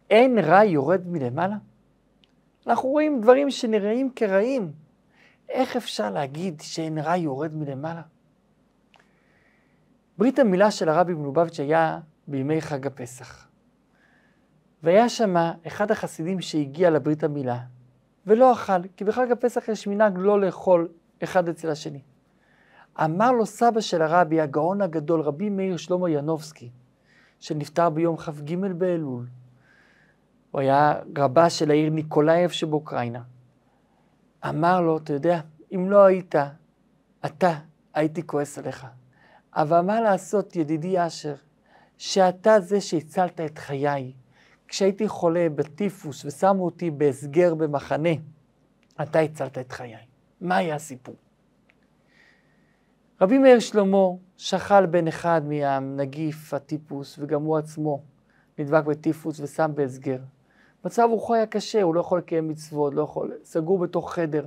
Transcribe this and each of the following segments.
אין רע יורד מלמעלה? אנחנו רואים דברים שנראים כרעים. איך אפשר להגיד שאין רע יורד מלמעלה? ברית המילה של הרבי מלובביץ' היה בימי חג הפסח. והיה שם אחד החסידים שהגיע לברית המילה, ולא אכל, כי בחג הפסח יש מנהג לא לאכול אחד אצל השני. אמר לו סבא של הרבי, הגאון הגדול, רבי מאיר שלמה ינובסקי, שנפטר ביום כ"ג באלול. הוא היה רבה של העיר ניקולאייב שבאוקראינה. אמר לו, אתה יודע, אם לא היית, אתה הייתי כועס עליך. אבל מה לעשות, ידידי אשר, שאתה זה שהצלת את חיי. כשהייתי חולה בטיפוס ושמו אותי בהסגר במחנה, אתה הצלת את חיי. מה היה הסיפור? רבי מאיר שלמה שכל בן אחד מהנגיף הטיפוס, וגם הוא עצמו נדבק בטיפוס ושם בהסגר. מצב רוחו היה קשה, הוא לא יכול לקיים מצוות, לא יכול, סגור בתוך חדר.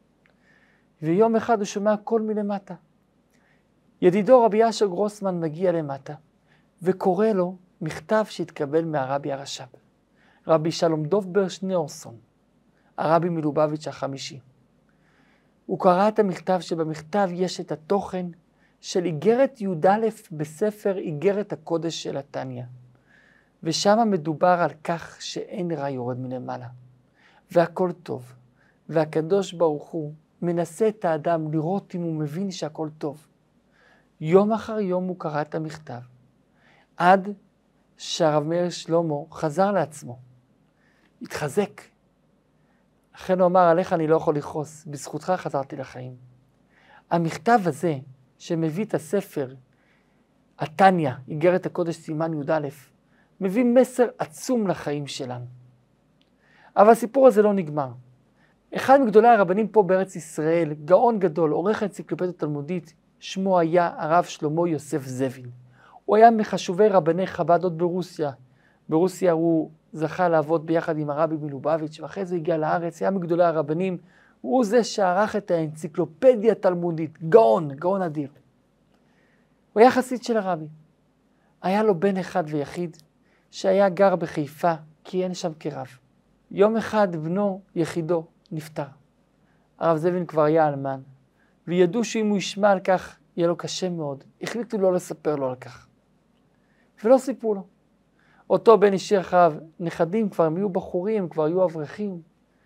ויום אחד הוא שומע קול מלמטה. ידידו רבי אשר גרוסמן מגיע למטה, וקורא לו מכתב שהתקבל מהרבי הרש"ב, רבי שלום דוב שניאורסון, הרבי מלובביץ' החמישי. הוא קרא את המכתב שבמכתב יש את התוכן של איגרת י"א בספר איגרת הקודש של התניא. ושם מדובר על כך שאין רע יורד מלמעלה. והכל טוב. והקדוש ברוך הוא מנסה את האדם לראות אם הוא מבין שהכל טוב. יום אחר יום הוא קרא את המכתב. עד שהרב מאיר שלמה חזר לעצמו. התחזק. לכן הוא אמר, עליך אני לא יכול לכעוס, בזכותך חזרתי לחיים. המכתב הזה שמביא את הספר, התניא, איגרת הקודש סימן י"א, מביא מסר עצום לחיים שלנו. אבל הסיפור הזה לא נגמר. אחד מגדולי הרבנים פה בארץ ישראל, גאון גדול, עורך האנציקלופדיה התלמודית, שמו היה הרב שלמה יוסף זבין. הוא היה מחשובי רבני חב"ד עוד ברוסיה. ברוסיה הוא זכה לעבוד ביחד עם הרבי מלובביץ', ואחרי זה הגיע לארץ, היה מגדולי הרבנים, הוא זה שערך את האנציקלופדיה התלמודית, גאון אדיר. הוא היה חסיד של הרבי. היה לו בן אחד ויחיד, שהיה גר בחיפה, כיהן שם כרב. יום אחד בנו יחידו נפטר. הרב זבין כבר היה אלמן, וידעו שאם הוא ישמע על כך, יהיה לו קשה מאוד. החליטו לא לספר לו על כך. ולא סיפרו לו. אותו בן השאיר אחריו נכדים, כבר הם יהיו בחורים, כבר יהיו אברכים.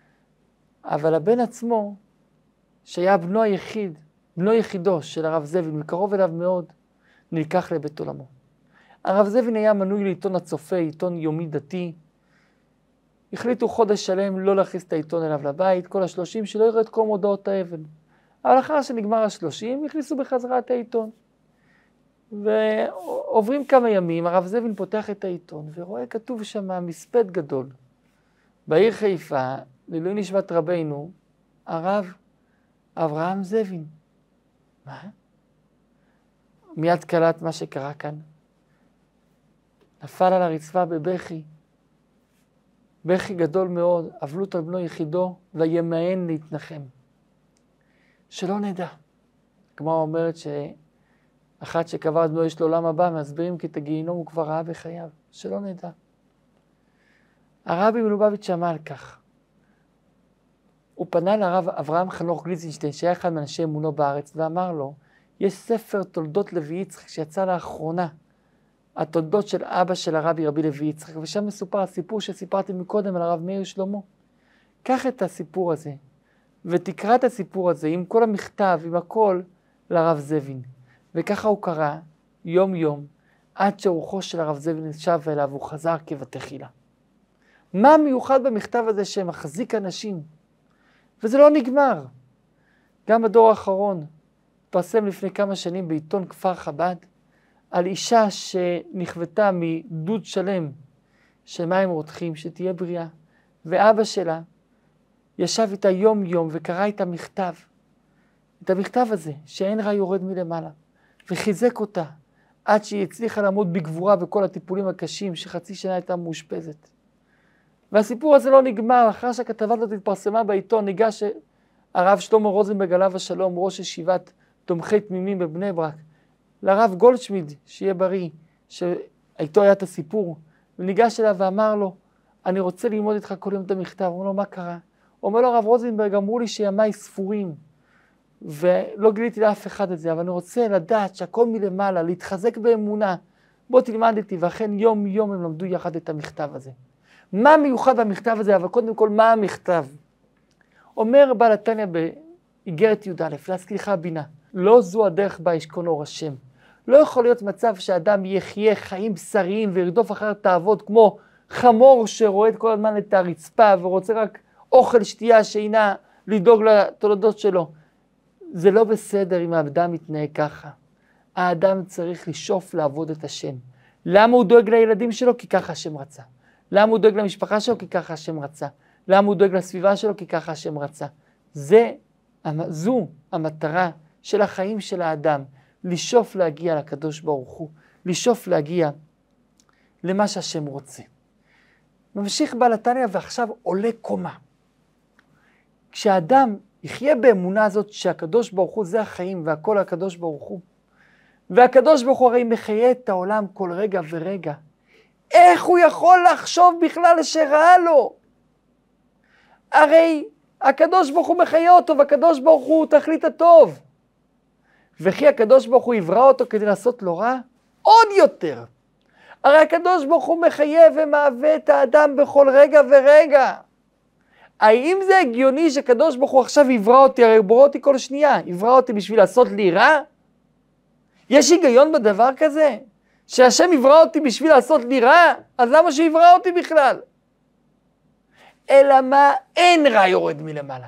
אבל הבן עצמו, שהיה בנו יחידו של הרב זבין, מקרוב אליו מאוד, נלקח לבית עולמו. הרב זבין היה מנוי לעיתון הצופה, עיתון יומי דתי. החליטו חודש שלם לא להכניס את העיתון אליו לבית, כל 30 שלא יראה את כל מודעות האבל. אבל אחר שנגמר 30, הכניסו בחזרה את העיתון. ועוברים כמה ימים, הרב זבין פותח את העיתון, ורואה כתוב שם מספד גדול. בעיר חיפה, לעילוי נשמת רבנו, הרב אברהם זבין. מה? מיד קלט מה שקרה כאן. נפל על הרצפה בבכי. בכי גדול מאוד, אבלות על בנו יחידו, וימאן להתנחם. שלא נדע. הגמרא אומרת שאחת שקבר את בנו יש לעולם הבא, מסבירים כי את הגיהינום הוא כבר ראה בחייו. שלא נדע. הרבי מלובביץ' שמע על כך. הוא פנה לרב אברהם חנוך גליצנשטיין, שהיה אחד מאנשי אמונו בארץ, ואמר לו, יש ספר תולדות לוי יצחק שיצא לאחרונה, התולדות של אבא של הרבי רבי לוי יצחק, ושם מסופר הסיפור שסיפרתי מקודם על הרב מאיר שלמה. קח את הסיפור הזה, ותקרא את הסיפור הזה עם כל המכתב, עם הכל, לרב זבין. וככה הוא קרא יום יום, עד שרוחו של הרב זבין שב אליו, הוא חזר כבתחילה. מה מיוחד במכתב הזה שמחזיק אנשים? וזה לא נגמר. גם בדור האחרון, התפרסם לפני כמה שנים בעיתון כפר חב"ד, על אישה שנכוותה מדוד שלם של מים רותחים, שתהיה בריאה. ואבא שלה ישב איתה יום יום וקרא איתה מכתב. את המכתב הזה, שאין רע יורד מלמעלה. וחיזק אותה, עד שהיא הצליחה לעמוד בגבורה בכל הטיפולים הקשים, שחצי שנה הייתה מאושפזת. והסיפור הזה לא נגמר, אחר שהכתבה הזאת התפרסמה בעיתון, ניגש הרב שלמה רוזנברג עליו השלום, ראש ישיבת תומכי תמימים בבני ברק, לרב גולדשמיד, שיהיה בריא, שאיתו היה את הסיפור, וניגש אליו ואמר לו, אני רוצה ללמוד איתך כל יום את המכתב. הוא אומר לו, מה קרה? הוא אומר לו, הרב רוזנברג, אמרו לי שימיי ספורים, ולא גיליתי לאף אחד את זה, אבל אני רוצה לדעת שהכל מלמעלה, להתחזק באמונה. בוא תלמד איתי, ואכן יום יום הם למדו יחד את המכתב הזה. מה מיוחד במכתב הזה? אבל קודם כל, מה המכתב? אומר בעל התניא באיגרת י"א, להזכירך בינה, לא זו הדרך בה ישכון אור השם. לא יכול להיות מצב שאדם יחיה חיים בשריים וירדוף אחר תאוות כמו חמור שרועד כל הזמן את הרצפה ורוצה רק אוכל, שתייה, שינה, לדאוג לתולדות שלו. זה לא בסדר אם האדם מתנהג ככה. האדם צריך לשאוף לעבוד את השם. למה הוא דואג לילדים שלו? כי ככה השם רצה. למה הוא דואג למשפחה שלו? כי ככה השם רצה. למה הוא דואג לסביבה שלו? כי ככה השם רצה. זו המטרה של החיים של האדם. לשאוף להגיע לקדוש ברוך הוא. לשאוף להגיע למה שהשם רוצה. ממשיך בעל התניא ועכשיו עולה קומה. כשהאדם יחיה באמונה הזאת שהקדוש ברוך הוא זה החיים והכל הקדוש ברוך הוא, והקדוש ברוך הוא הרי מחיה את העולם כל רגע ורגע, איך הוא יכול לחשוב בכלל שרע לו? הרי הקדוש ברוך הוא מחיה אותו, והקדוש ברוך הוא תכלית הטוב. וכי הקדוש ברוך הוא יברא אותו כדי לעשות לו רע? עוד יותר. הרי הקדוש ברוך הוא מחיה ומהווה את האדם בכל רגע ורגע. האם זה הגיוני שקדוש ברוך הוא עכשיו יברא אותי? הרי ברא אותי כל שנייה. יברא אותי בשביל לעשות לי רע? יש היגיון בדבר כזה? שהשם יברא אותי בשביל לעשות לי רע? אז למה שיברא אותי בכלל? אלא מה? אין רע יורד מלמעלה.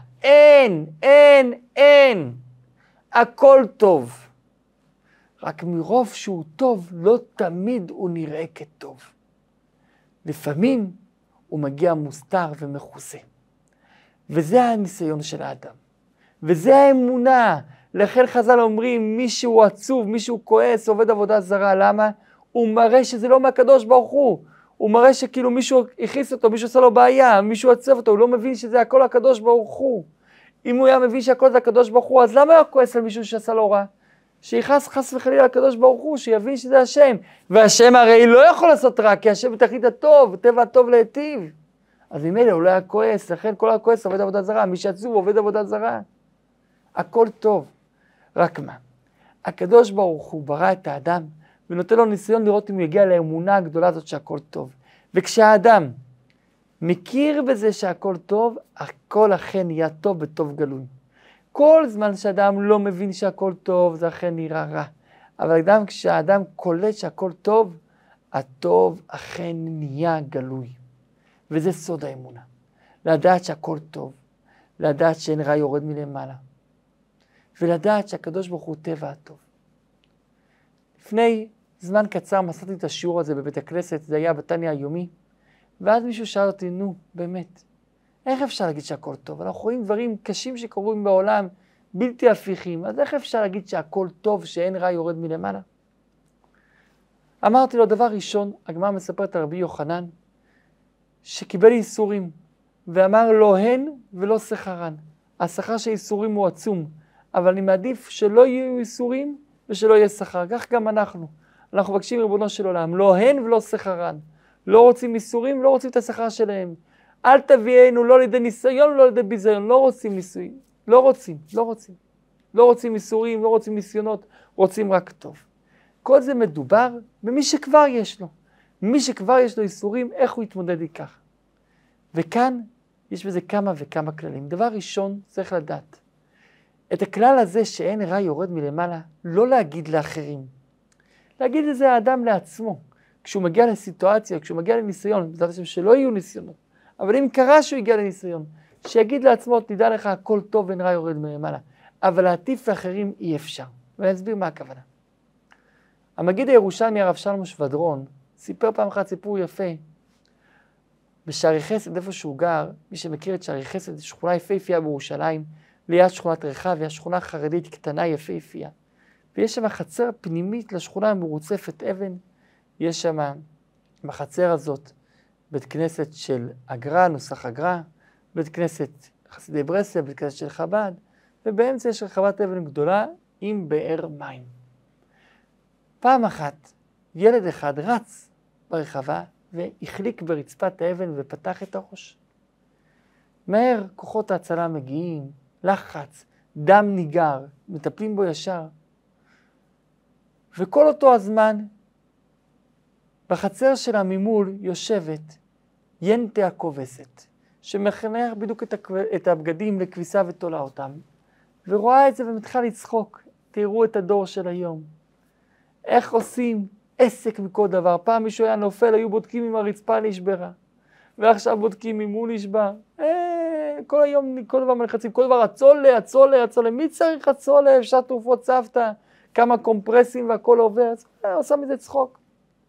אין. הכל טוב. רק מרוב שהוא טוב, לא תמיד הוא נראה כטוב. לפעמים הוא מגיע מוסתר ומכוסה. וזה הניסיון של האדם. וזה האמונה. לכן חז"ל אומרים, מישהו עצוב, מישהו כועס, עובד עבודה זרה. למה? הוא מראה שזה לא מהקדוש ברוך הוא. הוא מראה שכאילו מישהו הכניס אותו, מישהו עשה לו בעיה, מישהו עצב אותו, הוא לא מבין שזה הכל הקדוש ברוך הוא. אם הוא היה מבין שהכל זה הקדוש ברוך הוא, אז למה הוא כועס על מישהו שעשה לו רע? שיחס חס וחלילה לקדוש ברוך הוא, שיבין שזה השם. והשם הרי לא יכול לעשות רע, כי השם בתכלית הטוב, טבע הטוב להיטיב. אז ממילא הוא לא היה כועס, לכן כל הכועס עובד עבודה זרה, מי שעצוב עובד עבודה זרה. הכל טוב. רק מה? הקדוש ברוך הוא ברא את האדם, ונותן לו ניסיון לראות אם הוא יגיע לאמונה הגדולה הזאת שהכל טוב. וכשהאדם מכיר בזה שהכל טוב, הכל אכן נהיה טוב בטוב גלוי. כל זמן שאדם לא מבין שהכל טוב, זה אכן נראה רע. אבל כשהאדם קולט שהכל טוב, הטוב אכן נהיה גלוי. וזה סוד האמונה. לדעת שהכל טוב, לדעת שאין רע יורד מלמעלה, ולדעת שהקדוש ברוך הוא טבע הטוב. לפני זמן קצר מסעתי את השיעור הזה בבית הכנסת, זה היה בתניא היומי, ואז מישהו שאל אותי, נו, באמת, איך אפשר להגיד שהכל טוב? אנחנו רואים דברים קשים שקורים בעולם, בלתי הפיכים, אז איך אפשר להגיד שהכל טוב, שאין רע יורד מלמעלה? אמרתי לו, דבר ראשון, הגמרא מספרת על רבי יוחנן, שקיבל ייסורים, ואמר לא הן ולא שכרן. השכר של ייסורים הוא עצום, אבל אני מעדיף שלא יהיו ייסורים ושלא יהיה שכר. כך גם אנחנו מבקשים ריבונו של עולם, לא הן ולא שכרן. לא רוצים ייסורים, לא רוצים את השכר שלהם. אל תביאנו לא לידי ניסיון, לא לידי ביזיון, לא רוצים ניסויים. לא רוצים ייסורים, לא רוצים ניסיונות, רוצים רק טוב. כל זה מדובר במי שכבר יש לו. מי שכבר יש לו ייסורים, איך הוא יתמודד איכך. וכאן יש בזה כמה וכמה כללים. דבר ראשון, צריך לדעת. את הכלל הזה שאין רע יורד מלמעלה, לא להגיד לאחרים. להגיד את זה האדם לעצמו. כשהוא מגיע לסיטואציה, כשהוא מגיע לניסיון, בעזרת השם שלא יהיו ניסיונות. אבל אם קרה שהוא הגיע לניסיון, שיגיד לעצמו, תדע לך, הכל טוב ואין רע יורד מלמעלה. אבל להטיף לאחרים אי אפשר. ואני אסביר מה הכוונה. המגיד הירושלמי הרב שלמה שבדרון, סיפר פעם אחת סיפור יפה. בשערי חסד, איפה שהוא גר, מי שמכיר את שערי חסד, שכונה יפהפייה בירושלים, ליד שכונת רחביה, שכונה חרדית קטנה יפהפייה. ויש שם חצר פנימית לשכונה מרוצפת אבן. יש שם בחצר הזאת בית כנסת של אגרה, נוסח אגרה, בית כנסת חסידי ברסלב, בית כנסת של חב"ד, ובאמצע יש רחבת אבן גדולה עם באר מים. פעם אחת ילד אחד רץ ברחבה והחליק ברצפת האבן ופתח את הראש. מהר כוחות ההצלה מגיעים, לחץ, דם ניגר, מטפלים בו ישר. וכל אותו הזמן, בחצר שלה ממול יושבת ינטה הכובסת, שמחנך בדיוק את הבגדים לכביסה ותולה אותם, ורואה את זה ומתחילה לצחוק. תראו את הדור של היום. איך עושים עסק מכל דבר. פעם מישהו היה נופל, היו בודקים אם הרצפה נשברה, ועכשיו בודקים אם הוא נשבר. כל היום, כל דבר מלחצים, כל דבר הצולה. מי צריך הצולה? אפשר תרופות סבתא, כמה קומפרסים והכל עובר. עושה מזה צחוק.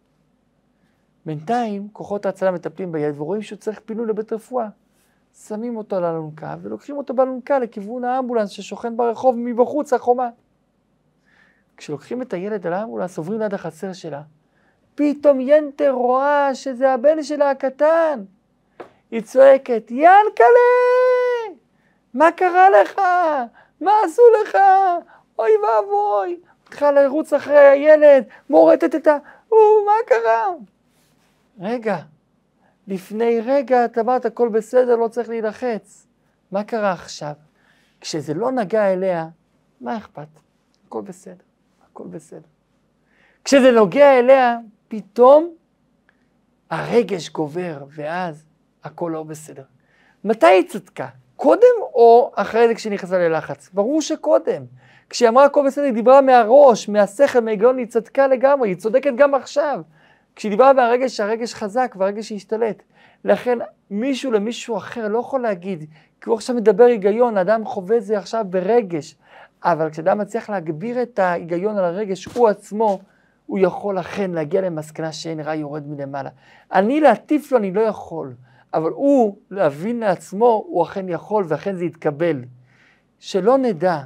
בינתיים כוחות ההצלה מטפלים ביד ורואים שהוא צריך פינוי לבית רפואה. שמים אותו על האלונקה ולוקחים אותו באלונקה לכיוון האמבולנס ששוכן ברחוב מבחוץ החומה. כשלוקחים את הילד על האמבולנס עוברים ליד החצר שלה. פתאום ינטה רואה שזה הבן שלה הקטן. היא צועקת, ינקלה! מה קרה לך? מה עשו לך? אוי ואבוי! התחילה לרוץ אחרי הילד, מורטת את מה קרה? רגע, לפני רגע את אמרת הכל בסדר, לא צריך להילחץ. מה קרה עכשיו? כשזה לא נגע אליה, מה אכפת? הכל בסדר, הכל בסדר. כשזה נוגע אליה, פתאום הרגש גובר, ואז הכל לא בסדר. מתי היא צדקה? קודם או אחרי זה כשנכנסה ללחץ? ברור שקודם. כשהיא אמרה הכל בסדר, היא דיברה מהראש, מהשכל, מההיגיון, היא צדקה לגמרי, היא צודקת גם עכשיו. כשהיא דיברה מהרגש, הרגש חזק והרגש השתלט. לכן מישהו למישהו אחר לא יכול להגיד, כי הוא עכשיו מדבר היגיון, האדם חווה זה עכשיו ברגש. אבל כשאדם מצליח להגביר את ההיגיון על הרגש, הוא עצמו, הוא יכול אכן להגיע למסקנה שאין רע יורד מלמעלה. אני להטיף לו אני לא יכול, אבל הוא להבין לעצמו, הוא אכן יכול ואכן זה יתקבל. שלא נדע,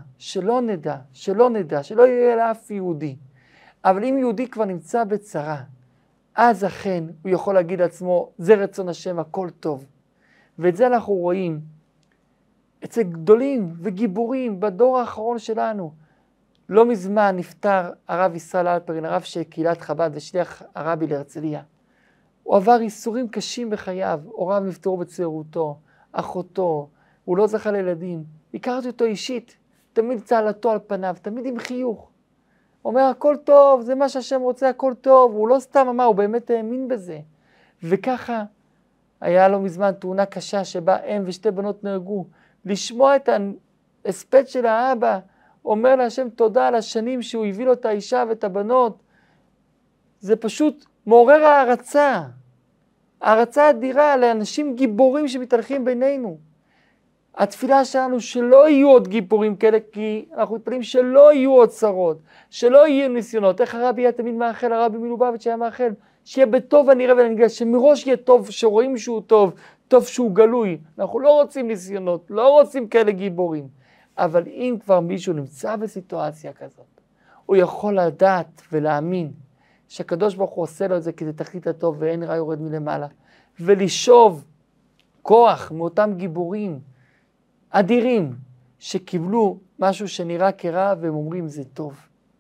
שלא יהיה לאף יהודי. אבל אם יהודי כבר נמצא בצרה, אז אכן הוא יכול להגיד לעצמו, זה רצון השם, הכל טוב. ואת זה אנחנו רואים אצל גדולים וגיבורים בדור האחרון שלנו. לא מזמן נפטר הרב ישראל אלפרין, הרב של קהילת חב"ד ושליח הרבי להרצליה. הוא עבר איסורים קשים בחייו, הוריו נפטרו בצעירותו, אחותו, הוא לא זכה לילדים. הכרתי אותו אישית, תמיד צהלתו על פניו, תמיד עם חיוך. הוא אומר, הכל טוב, זה מה שהשם רוצה, הכל טוב. הוא לא סתם אמר, הוא באמת האמין בזה. וככה היה לו מזמן תאונה קשה שבה אם ושתי בנות נהרגו. לשמוע את ההספד של האבא, אומר להשם תודה על השנים שהוא הביא לו את האישה ואת הבנות. זה פשוט מעורר הערצה. הערצה אדירה לאנשים גיבורים שמתהלכים בינינו. התפילה שלנו שלא יהיו עוד גיבורים כאלה, כי אנחנו מתפללים שלא יהיו עוד צרות, שלא יהיו ניסיונות. איך הרבי היה תמיד מאחל, הרבי מלובביץ' היה מאחל, שיהיה בטוב הנראה ונגלה, שמראש יהיה טוב, שרואים שהוא טוב, טוב שהוא גלוי. אנחנו לא רוצים ניסיונות, לא רוצים כאלה גיבורים. אבל אם כבר מישהו נמצא בסיטואציה כזאת, הוא יכול לדעת ולהאמין שהקדוש ברוך הוא עושה לו את זה כי זה תכלית הטוב ואין רע יורד מלמעלה. ולשאוב כוח מאותם גיבורים אדירים שקיבלו משהו שנראה כרע והם אומרים זה טוב.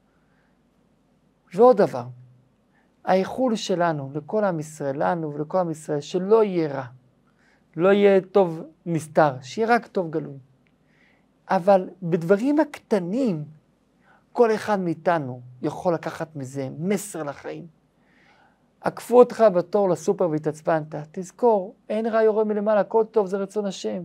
ועוד דבר, האיחול שלנו לכל עם ישראל, לנו ולכל עם ישראל, שלא יהיה רע, לא יהיה טוב נסתר, שיהיה רק טוב גלוי. אבל בדברים הקטנים, כל אחד מאיתנו יכול לקחת מזה מסר לחיים. עקפו אותך בתור לסופר והתעצבנת, תזכור, אין רע יורד מלמעלה, הכל טוב, זה רצון השם.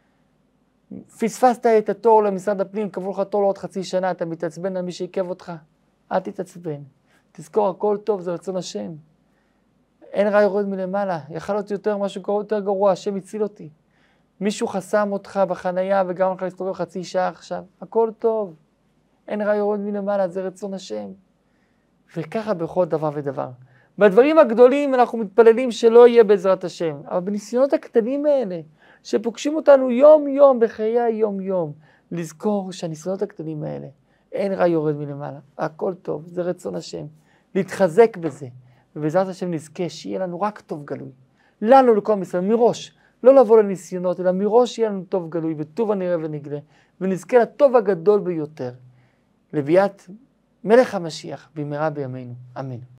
פספסת את התור למשרד הפנים, קבעו לך תור לעוד חצי שנה, אתה מתעצבן על מי שעיכב אותך, אל תתעצבן. תזכור, הכל טוב, זה רצון השם. אין רע יורד מלמעלה, יכול להיות משהו יותר גרוע, השם הציל אותי. מישהו חסם אותך בחנייה וגם לך להסתובב חצי שעה עכשיו, הכל טוב. אין רע יורד מלמעלה, זה רצון השם. וככה בכל דבר ודבר. בדברים הגדולים אנחנו מתפללים שלא יהיה בעזרת השם, אבל בניסיונות הקטנים האלה, שפוגשים אותנו יום יום בחיי היום יום, לזכור שהניסיונות הקטנים האלה, אין רע יורד מלמעלה, הכל טוב, זה רצון השם. להתחזק בזה, ובעזרת השם נזכה שיהיה לנו רק טוב גלוי. לנו לכל ישראל, מראש, לא לבוא לניסיונות, אלא מראש יהיה לנו טוב גלוי, וטוב הנראה ונגלה, ונזכה לטוב הגדול ביותר, לביאת מלך המשיח במהרה בימינו. אמן.